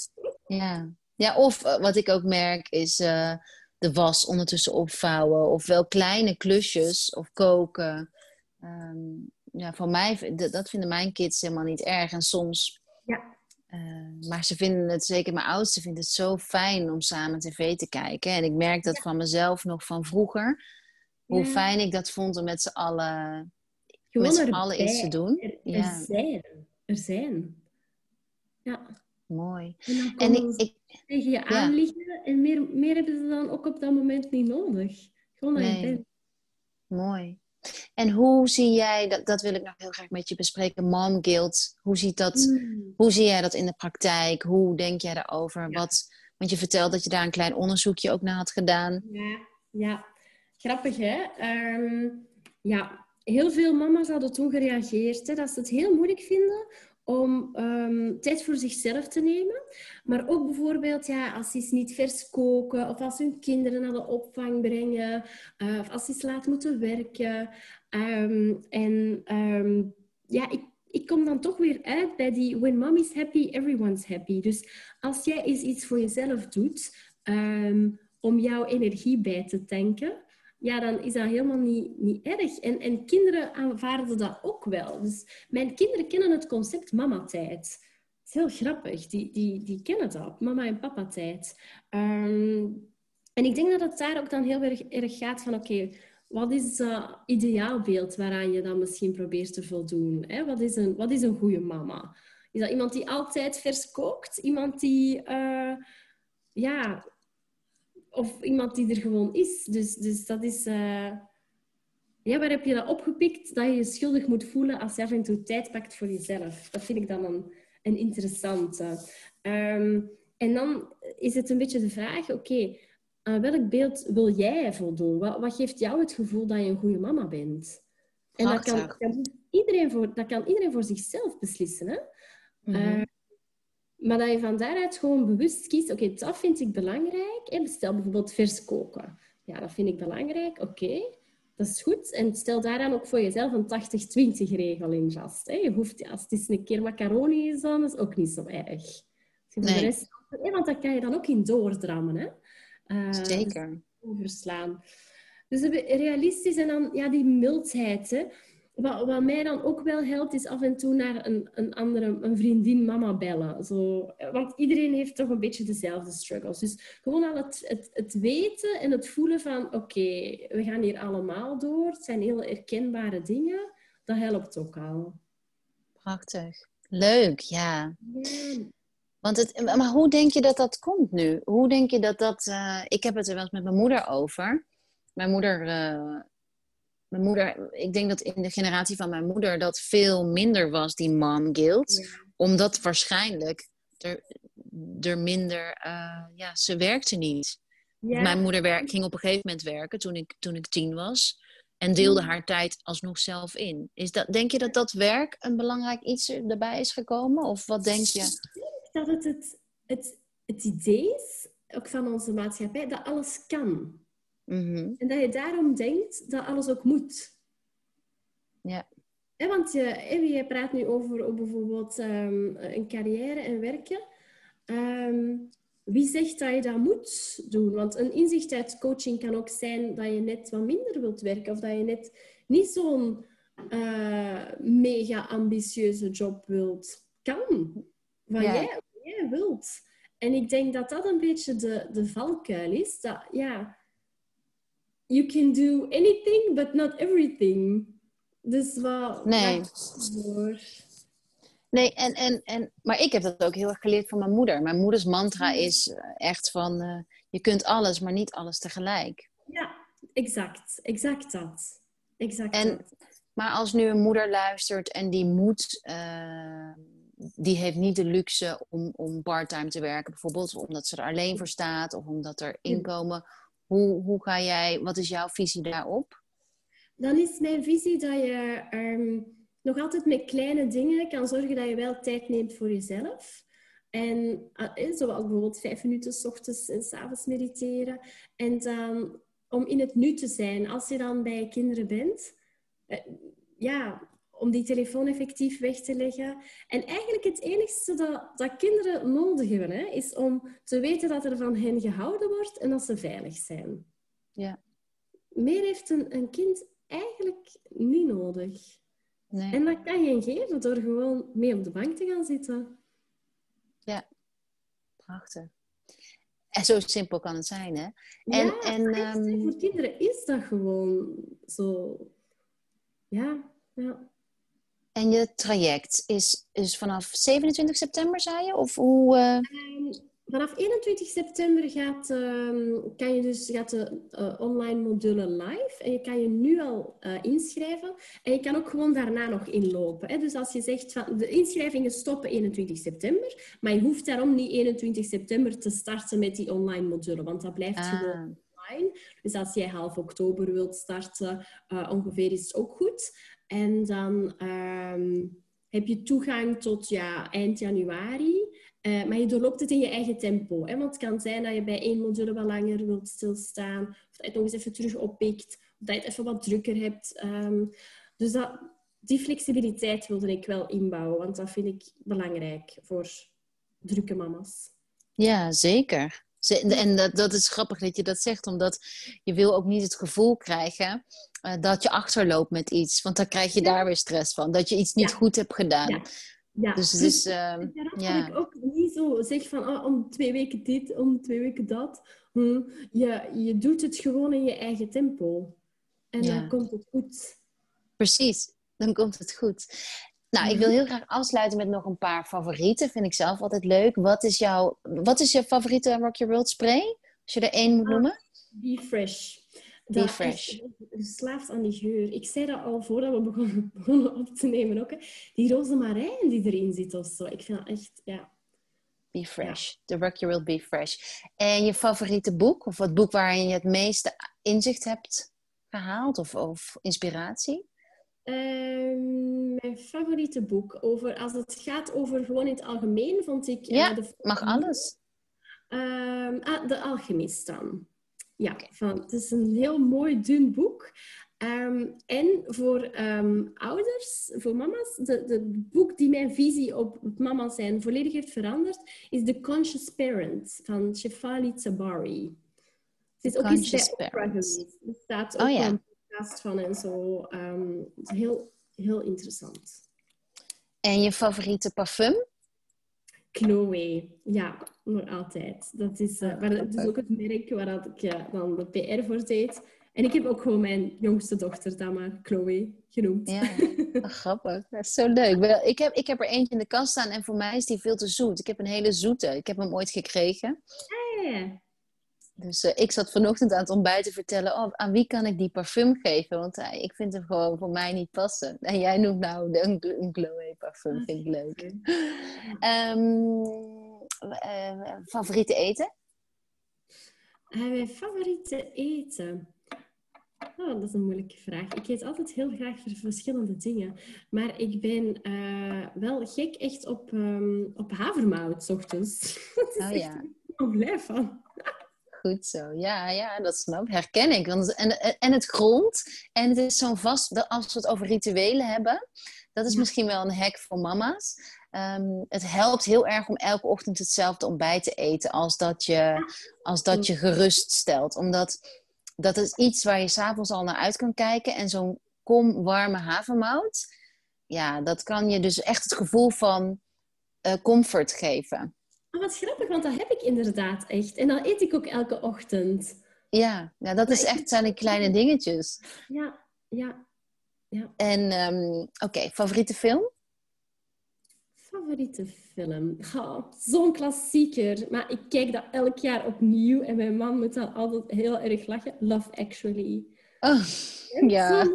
ja. Ja, of uh, wat ik ook merk is uh, de was ondertussen opvouwen. Of wel kleine klusjes of koken. Um, ja, voor mij, d- dat vinden mijn kids helemaal niet erg. En soms... Ja. Uh, maar ze vinden het, zeker mijn oudste vindt het zo fijn om samen tv te kijken. En ik merk dat ja. van mezelf nog van vroeger. Hoe ja. fijn ik dat vond om met z'n allen, met z'n allen iets te doen. Er, er ja. zijn. Er zijn. Ja. Mooi. En dan komen en ik, ik, tegen je aan liggen ja. en meer, meer hebben ze dan ook op dat moment niet nodig. Gewoon naar nee. je bed. Mooi. En hoe zie jij, dat, dat wil ik nog heel graag met je bespreken, mom guilt. Hoe, ziet dat, mm. hoe zie jij dat in de praktijk? Hoe denk jij daarover? Ja. Wat, want je vertelt dat je daar een klein onderzoekje ook naar had gedaan. Ja, ja. Grappig hè? Um, ja, heel veel mama's hadden toen gereageerd hè, dat ze het heel moeilijk vinden om um, tijd voor zichzelf te nemen. Maar ook bijvoorbeeld ja, als ze niet vers koken of als hun kinderen naar de opvang brengen uh, of als ze laat moeten werken. Um, en um, ja, ik, ik kom dan toch weer uit bij die when mom is happy, everyone's happy. Dus als jij eens iets voor jezelf doet um, om jouw energie bij te tanken, ja, dan is dat helemaal niet, niet erg. En, en kinderen aanvaarden dat ook wel. Dus mijn kinderen kennen het concept mama-tijd. Dat is heel grappig. Die, die, die kennen dat. Mama- en papa-tijd. Um, en ik denk dat het daar ook dan heel erg, erg gaat van... Oké, okay, wat is het uh, ideaalbeeld waaraan je dan misschien probeert te voldoen? Hè? Wat is een, wat is een goede mama? Is dat iemand die altijd vers kookt? Iemand die... Uh, ja... Of iemand die er gewoon is. Dus, dus dat is... Uh... Ja, waar heb je dat opgepikt? Dat je je schuldig moet voelen als je af en toe tijd pakt voor jezelf. Dat vind ik dan een, een interessante. Um, en dan is het een beetje de vraag... Oké, okay, aan welk beeld wil jij voldoen? Wat, wat geeft jou het gevoel dat je een goede mama bent? En dat kan, kan iedereen voor, dat kan iedereen voor zichzelf beslissen. Hè? Mm-hmm. Uh, Maar dat je van daaruit gewoon bewust kiest... Oké, okay, dat vind ik belangrijk. Stel bijvoorbeeld vers koken. Ja, dat vind ik belangrijk. Oké, okay, dat is goed. En stel daaraan ook voor jezelf een tachtig twintig regel in vast. Je hoeft, als het eens een keer macaroni is, dan is het ook niet zo erg. Nee. De rest, want daar kan je dan ook in doordrammen. Hè? Uh, Zeker. Dus overslaan. Dus realistisch en dan ja, die mildheid. Hè? Wat, wat mij dan ook wel helpt, is af en toe naar een, een andere een vriendin mama bellen. Zo. Want iedereen heeft toch een beetje dezelfde struggles. Dus gewoon al het, het, het weten en het voelen van... Oké, okay, we gaan hier allemaal door. Het zijn heel herkenbare dingen. Dat helpt ook al. Prachtig. Leuk, ja. Ja. Want het, maar hoe denk je dat dat komt nu? Hoe denk je dat dat... Uh, ik heb het er wel eens met mijn moeder over. Mijn moeder... Uh, mijn moeder... Ik denk dat in de generatie van mijn moeder dat veel minder was, die mom guilt. Ja. Omdat waarschijnlijk er, er minder... Uh, ja, ze werkte niet. Ja. Mijn moeder werk, ging op een gegeven moment werken toen ik, toen ik tien was. En deelde haar tijd alsnog zelf in. Is dat, denk je dat dat werk een belangrijk iets erbij is gekomen? Of wat denk je? Dat het het, het het idee is, ook van onze maatschappij, dat alles kan. Mm-hmm. En dat je daarom denkt dat alles ook moet. Ja. He, want je, je praat nu over bijvoorbeeld um, een carrière en werken. Um, wie zegt dat je dat moet doen? Want een inzicht uit coaching kan ook zijn dat je net wat minder wilt werken. Of dat je net niet zo'n uh, mega ambitieuze job wilt. Kan. Wat ja. jij, jij wilt. En ik denk dat dat een beetje de, de valkuil is. Dat, ja... You can do anything, but not everything. Dus wat... Nee. Voor... Nee, en, en, en, maar ik heb dat ook heel erg geleerd van mijn moeder. Mijn moeders mantra is echt van... Uh, je kunt alles, maar niet alles tegelijk. Ja, exact. Exact dat. Exact en, dat. Maar als nu een moeder luistert en die moet... Uh, die heeft niet de luxe om, om part-time te werken. Bijvoorbeeld omdat ze er alleen voor staat. Of omdat er inkomen... Hoe, hoe ga jij, wat is jouw visie daarop? Dan is mijn visie dat je um, nog altijd met kleine dingen kan zorgen dat je wel tijd neemt voor jezelf. En uh, zoals bijvoorbeeld vijf minuten 's ochtends en 's avonds mediteren. En dan om in het nu te zijn. Als je dan bij je kinderen bent, uh, ja, om die telefoon effectief weg te leggen. En eigenlijk het enigste dat, dat kinderen nodig hebben, hè, is om te weten dat er van hen gehouden wordt en dat ze veilig zijn. Ja. Meer heeft een, een kind eigenlijk niet nodig. Nee. En dat kan je geven door gewoon mee op de bank te gaan zitten. Ja, prachtig. En zo simpel kan het zijn, hè? En, ja, en, um... voor kinderen is dat gewoon zo... Ja, ja. En je traject is, is vanaf zevenentwintig september, zei je? Of hoe... Uh... Um, vanaf eenentwintig september gaat, um, kan je dus, gaat de uh, online module live. En je kan je nu al uh, inschrijven. En je kan ook gewoon daarna nog inlopen. Hè? Dus als je zegt, van, de inschrijvingen stoppen eenentwintig september. Maar je hoeft daarom niet eenentwintig september te starten met die online module. Want dat blijft ah. gewoon online. Dus als jij half oktober wilt starten, uh, ongeveer is het ook goed. En dan um, heb je toegang tot ja, eind januari. Uh, maar je doorloopt het in je eigen tempo. Hè? Want het kan zijn dat je bij één module wat langer wilt stilstaan. Of dat je het nog eens even terug oppikt. Of dat je het even wat drukker hebt. Um, dus dat, die flexibiliteit wilde ik wel inbouwen. Want dat vind ik belangrijk voor drukke mama's. Ja, zeker. En dat, dat is grappig dat je dat zegt. Omdat je wil ook niet het gevoel krijgen... Uh, dat je achterloopt met iets. Want dan krijg je ja. daar weer stress van. Dat je iets niet ja. goed hebt gedaan. Ja. Ja, dus het is... Uh, daarom ja. dat ik ook niet zo zeg van oh, om twee weken dit, om twee weken dat. Hm. Je, je doet het gewoon in je eigen tempo. En ja. dan komt het goed. Precies, dan komt het goed. Nou, ik wil heel graag afsluiten met nog een paar favorieten. Vind ik zelf altijd leuk. Wat is jouw, wat is je favoriete Rock Your World spray? Als je er één moet noemen. Be Fresh. Be dat Fresh. Slaafd aan die geur. Ik zei dat al voordat we begonnen, begonnen op te nemen ook. Hè. Die rozemarijn die erin zit of zo. Ik vind dat echt, ja. Be Fresh. Ja. The Rock Your World Be Fresh. En je favoriete boek? Of het boek waarin je het meeste inzicht hebt gehaald? Of, of inspiratie? Um, mijn favoriete boek. Over, als het gaat over gewoon in het algemeen, vond ik... Ja, uh, de, mag alles. Um, ah, De Alchemist dan. Ja, okay. van, het is een heel mooi, dun boek. Um, en voor um, ouders, voor mama's, de, de boek die mijn visie op mama zijn volledig heeft veranderd, is The Conscious Parent van Shefali Tsabari. Het is ook iets bij Oprah geweest. Er staat ook oh, ja. een podcast van en zo. Um, heel heel interessant. En je favoriete parfum? Chloe, ja, nog altijd. Dat is, uh, maar het is ook het merk waar ik uh, dan de P R voor deed. En ik heb ook gewoon mijn jongste dochter dan maar Chloe genoemd. Ja, oh, grappig. Dat is zo leuk. Wel, Ik heb, ik heb er eentje in de kast staan en voor mij is die veel te zoet. Ik heb een hele zoete. Ik heb hem ooit gekregen. Hey. Dus uh, ik zat vanochtend aan het ontbijt te vertellen, oh, aan wie kan ik die parfum geven? Want uh, ik vind hem gewoon voor mij niet passen. En jij noemt nou de, een, een Chloe parfum, vind ik leuk. Um, uh, favoriete eten? Uh, mijn favoriete eten? Oh, dat is een moeilijke vraag. Ik eet altijd heel graag verschillende dingen. Maar ik ben uh, wel gek echt op, um, op havermout, 's ochtends. Dat is oh, echt ja. ik blij van. Goed zo. Ja, ja, dat snap ik. Herken ik. Want, en, en het grond. En het is zo'n vast... Als we het over rituelen hebben... Dat is ja. misschien wel een hack voor mama's. Um, het helpt heel erg om elke ochtend hetzelfde ontbijt te eten. Als dat je, als dat je gerust stelt. Omdat dat is iets waar je 's avonds al naar uit kan kijken. En zo'n kom warme havermout. Ja, dat kan je dus echt het gevoel van uh, comfort geven. Oh, wat grappig, want dat heb ik inderdaad echt. En dat eet ik ook elke ochtend. Ja, ja dat is echt, zijn die kleine dingetjes. Ja, ja, ja. En, um, oké, okay, favoriete film? Favoriete film? Oh, zo'n klassieker. Maar ik kijk dat elk jaar opnieuw. En mijn man moet dan altijd heel erg lachen. Love Actually. Oh, ja.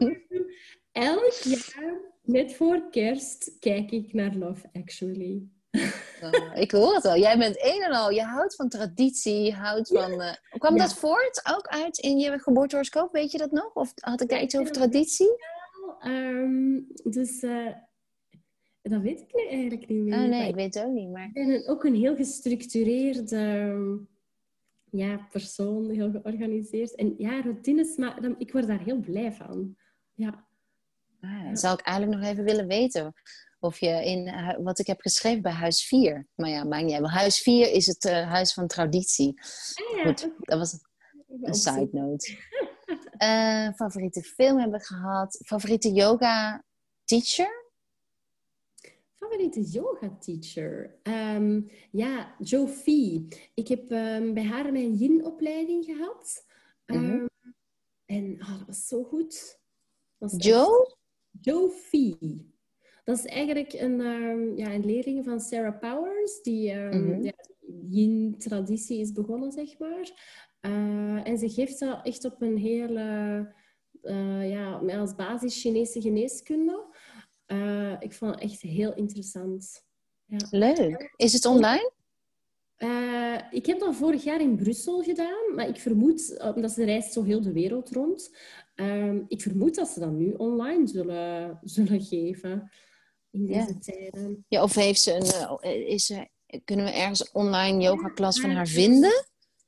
Elk jaar, net voor kerst, kijk ik naar Love Actually. Oh, ik hoor het al. Jij bent een en al. Je houdt van traditie. Je houdt van... Uh... Kwam ja. dat voort ook uit in je geboortehoroscoop? Weet je dat nog? Of had ik daar ja, iets over traditie? Um, dus uh, dat weet ik nu eigenlijk niet meer. Oh, nee, ik weet het ook niet. Maar... Ik ben ook een heel gestructureerde ja, persoon. Heel georganiseerd. En ja, routines. Maar dan, ik word daar heel blij van. Ja. Ah, dat zou ik eigenlijk nog even willen weten. Of je in wat ik heb geschreven bij huis vier. Maar ja, maakt niet uit. Huis vier is het uh, huis van traditie. Ah, ja. Goed, dat was een side note. Uh, favoriete film hebben we gehad. Favoriete yoga teacher? Favoriete yoga teacher? Um, ja, Jo Fee. Ik heb um, bij haar mijn yin-opleiding gehad. Um, mm-hmm. En oh, dat was zo goed. Was Jo? Echt... Jo Fee. Dat is eigenlijk een, um, ja, een leerling van Sarah Powers, die um, mm-hmm. ja, yin-traditie is begonnen, zeg maar. Uh, en ze geeft dat echt op een hele, uh, ja, als basis Chinese geneeskunde. Uh, ik vond het echt heel interessant. Ja. Leuk. Is het online? Uh, ik heb dat vorig jaar in Brussel gedaan, maar ik vermoed, omdat ze reist zo heel de wereld rond, uh, ik vermoed dat ze dat nu online zullen, zullen geven. In deze ja. tijden. Ja, of heeft ze een, is er, kunnen we ergens online yoga-klas van haar vinden?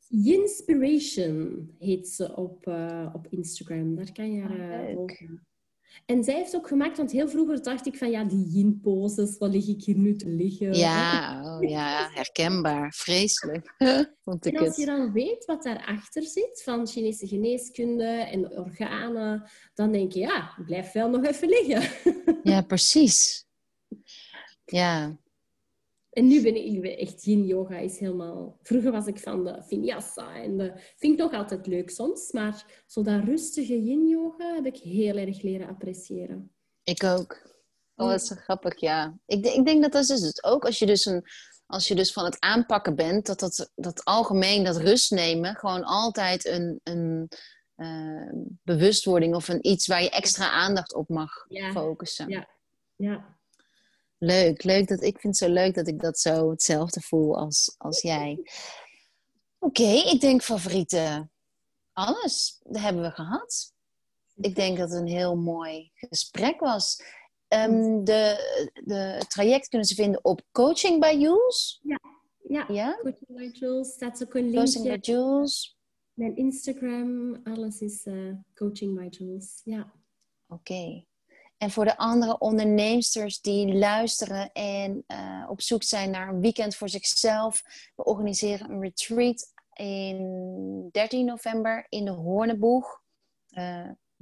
Yinspiration heet ze op, uh, op Instagram. Daar kan je haar uh, volgen. En zij heeft ook gemaakt, want heel vroeger dacht ik van ja, die yin-poses, wat lig ik hier nu te liggen? Ja, oh, ja herkenbaar. Vreselijk. Vond ik en als het. je dan weet wat daarachter zit, van Chinese geneeskunde en organen, dan denk je ja, blijf wel nog even liggen. Ja, precies. Ja. En nu ben ik echt yin-yoga is helemaal... Vroeger was ik van de vinyasa en de... Vind ik nog altijd leuk soms, maar zo dat rustige yin-yoga heb ik heel erg leren appreciëren. Ik ook. Oh, dat is zo grappig, ja. Ik, ik denk dat dat is het ook. Als je dus, een, als je dus van het aanpakken bent, dat dat, dat algemeen, dat rust nemen, gewoon altijd een, een uh, bewustwording of een iets waar je extra aandacht op mag ja. focussen. Ja, ja. Leuk, leuk dat, ik vind het zo leuk dat ik dat zo hetzelfde voel als, als jij. Oké, okay, ik denk favoriete alles. Dat hebben we gehad. Ik denk dat het een heel mooi gesprek was. Um, de, de, het traject kunnen ze vinden op Coaching by Jules. Ja, ja. ja? Coaching by Jules. Staat ook een linkje. Coaching by Jules. Mijn Instagram, alles is uh, Coaching by Jules. Ja. Oké. Okay. En voor de andere onderneemsters die luisteren en uh, op zoek zijn naar een weekend voor zichzelf. We organiseren een retreat in dertien november in de Hoorneboeg. Uh,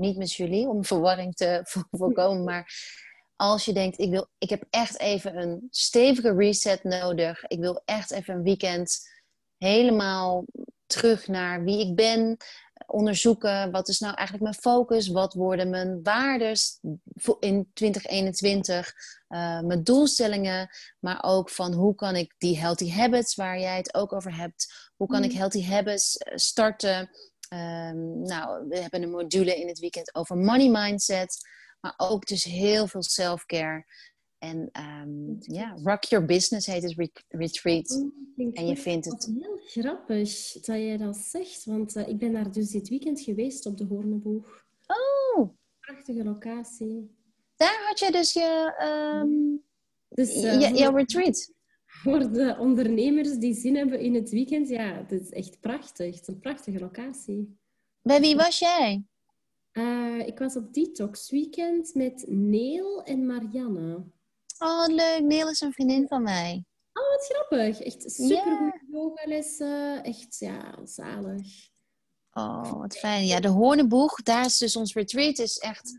niet met Julie, om verwarring te vo- voorkomen. Maar als je denkt, ik, wil, ik heb echt even een stevige reset nodig. Ik wil echt even een weekend helemaal terug naar wie ik ben. Onderzoeken, wat is nou eigenlijk mijn focus? Wat worden mijn waardes in twintig eenentwintig? Uh, mijn doelstellingen, maar ook van hoe kan ik die healthy habits, waar jij het ook over hebt, hoe kan ik healthy habits starten? Um, nou, we hebben een module in het weekend over money mindset, maar ook dus heel veel self-care. En um, ja, Rock Your Business heet het re- retreat. En je vindt het... heel grappig dat jij dat zegt, want uh, ik ben daar dus dit weekend geweest op de Hoorneboeg. Oh! Prachtige locatie. Daar had je dus je, um, dus, uh, je, jouw retreat. Voor de ondernemers die zin hebben in het weekend, ja, het is echt prachtig. Het is een prachtige locatie. Bij wie was jij? Uh, ik was op Detox Weekend met Neel en Marianne. Oh, leuk. Neel is een vriendin van mij. Oh, wat grappig. Echt super goede yogalessen. Echt, ja, zalig. Oh, wat fijn. Ja, de Hoorneboeg, daar is dus ons retreat, is echt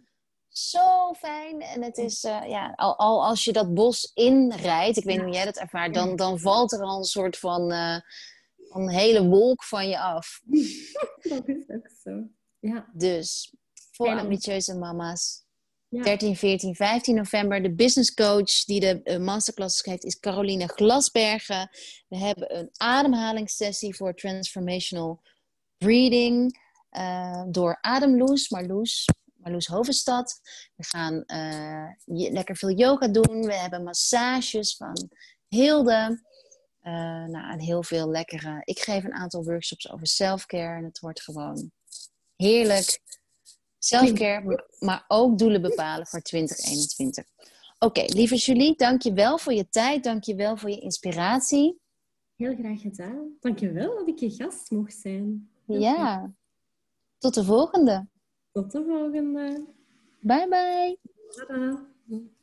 zo fijn. En het is, uh, ja, al, al als je dat bos inrijdt, ik weet niet hoe jij dat ervaart, dan, dan valt er al een soort van uh, een hele wolk van je af. Dat is ook zo. Ja. Dus, voor ambitieuze mama's. Ja. dertien, veertien, vijftien november. De business coach die de uh, masterclass geeft is Caroline Glasbergen. We hebben een ademhalingssessie voor transformational breathing uh, door Ademloes, Marloes, Marloes Hovenstad. We gaan uh, lekker veel yoga doen. We hebben massages van Hilde. Uh, nou, en heel veel lekkere... Ik geef een aantal workshops over self-care. En het wordt gewoon heerlijk. Self-care, maar ook doelen bepalen voor twintig eenentwintig. Oké, okay, lieve Julie, dank je wel voor je tijd. Dank je wel voor je inspiratie. Heel graag gedaan. Dank je wel dat ik je gast mocht zijn. Heel ja, goed. Tot de volgende. Tot de volgende. Bye bye. Tada.